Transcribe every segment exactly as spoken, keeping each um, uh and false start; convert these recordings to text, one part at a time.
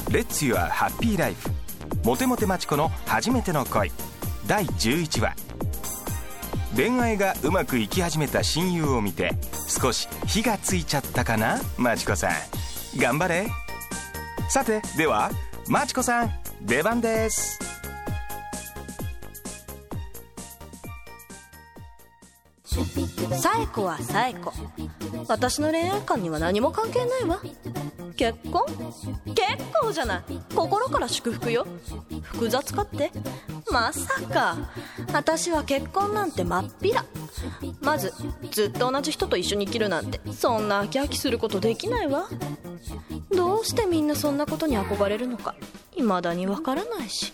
レッツユアハッピーライフモテモテマチコの初めての恋だいじゅういちわ。恋愛がうまくいき始めた親友を見て少し火がついちゃったかな。マチコさん頑張れ。さてではマチコさん出番です。 サエコはサエコ、私の恋愛観には何も関係ないわ。結婚？結構じゃない、心から祝福よ。複雑かって？まさか。私は結婚なんてまっぴら。まずずっと同じ人と一緒に生きるなんて、そんな飽き飽きすることできないわ。どうしてみんなそんなことに憧れるのか未だにわからないし。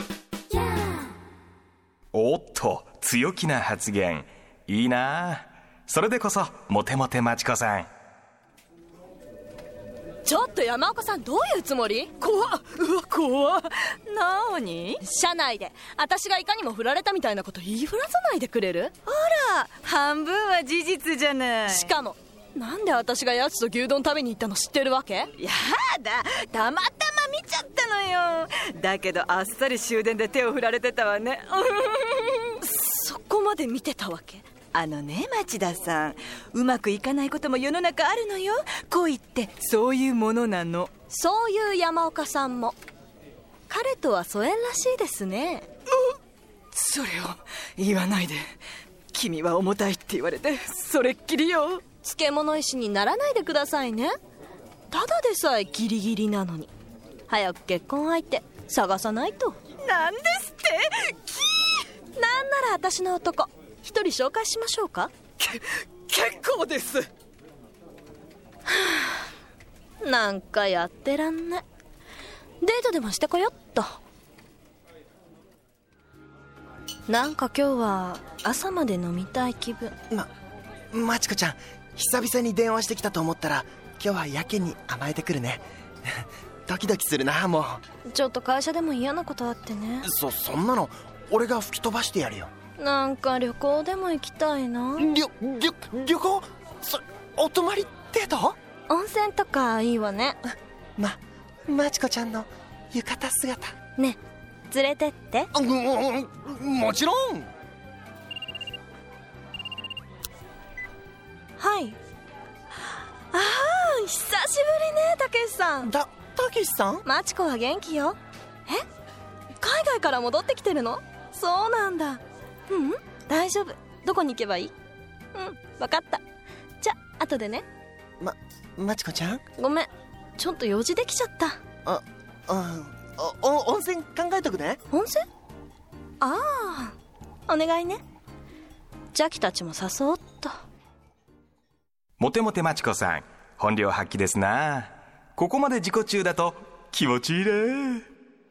おっと強気な発言、いいな。それでこそモテモテマチコさん。 ちょっと山岡さん、どういうつもり？ 怖っ、うわ怖っ。なーに？ 社内で私がいかにも振られたみたいなこと言いふらさないでくれる？ ほら半分は事実じゃない。 しかもなんで私がやつと牛丼食べに行ったの知ってるわけ？ やだ、たまたま見ちゃったのよ。だけどあっさり終電で手を振られてたわね。 そこまで見てたわけ？ あのね町田さん、うまくいかないことも世の中あるのよ。恋ってそういうものなの。 そういう山岡さんも彼とは疎遠らしいですね。 うん、それを言わないで。君は重たいって言われてそれっきりよ。 漬物石にならないでくださいね。ただでさえギリギリなのに。早く結婚相手探さないと。 なんですって？ キー！なんなら私の男一人紹介しましょうか？ け結構です。はあ、なんかやってらんない。デートでもしてこよっと。なんか今日は朝まで飲みたい気分。 ま、まちこちゃん久々に電話してきたと思ったら今日はやけに甘えてくるね。ドキドキするな。もうちょっと会社でも嫌なことあってね。 そ、そんなの俺が吹き飛ばしてやるよ。 なんか旅行でも行きたいな。 旅、旅、旅行？そ、お泊まりデート？ 温泉とかいいわね。 ま、まちこちゃんの浴衣姿ね、連れてって。 うん、もちろん。 はい。ああ、久しぶりね、たけしさん。 た、たけしさん？ まちこは元気よ。え？海外から戻ってきてるの？そうなんだ。うん、大丈夫。どこに行けばいい？うん、分かった。じゃ、後でね。 ま、まちこちゃん？ ごめん、ちょっと用事できちゃった。 あ、あ、お、温泉考えとくね。 温泉？ああ、お願いね。ジャキたちも誘おうっと。 モテモテマチコさん本領発揮ですな。ここまで自己中だと気持ちいいね。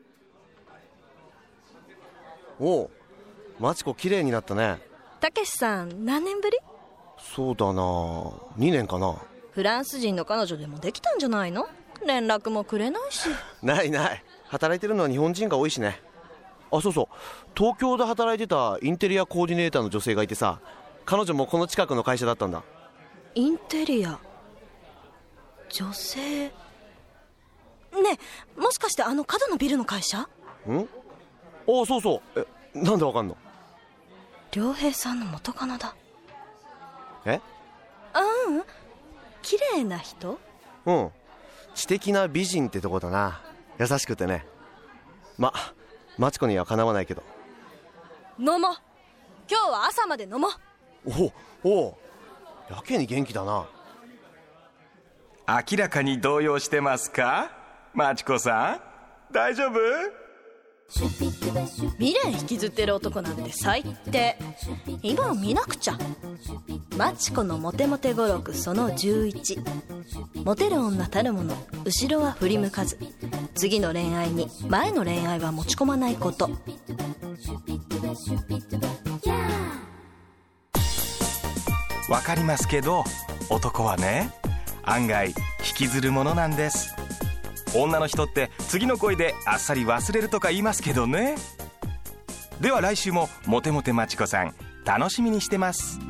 おう、マチコ綺麗になったね。 たけしさん何年ぶり？ そうだな、にねんかな。 フランス人の彼女でもできたんじゃないの？連絡もくれないし。 ないない、働いてるのは日本人が多いしね。あ、そうそう、東京で働いてたインテリアコーディネーターの女性がいてさ、彼女もこの近くの会社だったんだ。 インテリア女性ねえ、もしかしてあの角のビルの会社？ん？ あ、そうそう。え、なんでわかんの？ 良平さんの元カノだ。 え？ うん、綺麗な人？ うん、知的な美人ってとこだな。優しくてね。ま、マチコにはかなわないけど。 飲もう。今日は朝まで飲もう。 おお、やけに元気だな。 明らかに動揺してますか？マチコさん大丈夫？ 未練引きずってる男なんて最低。今を見なくちゃ。マチコのモテモテ語録そのじゅういち。モテる女たるもの、後ろは振り向かず、次の恋愛に前の恋愛は持ち込まないこと。 わかりますけど、男はね案外引きずるものなんです。女の人って次の恋であっさり忘れるとか言いますけどね。では来週もモテモテマチコさん楽しみにしてます。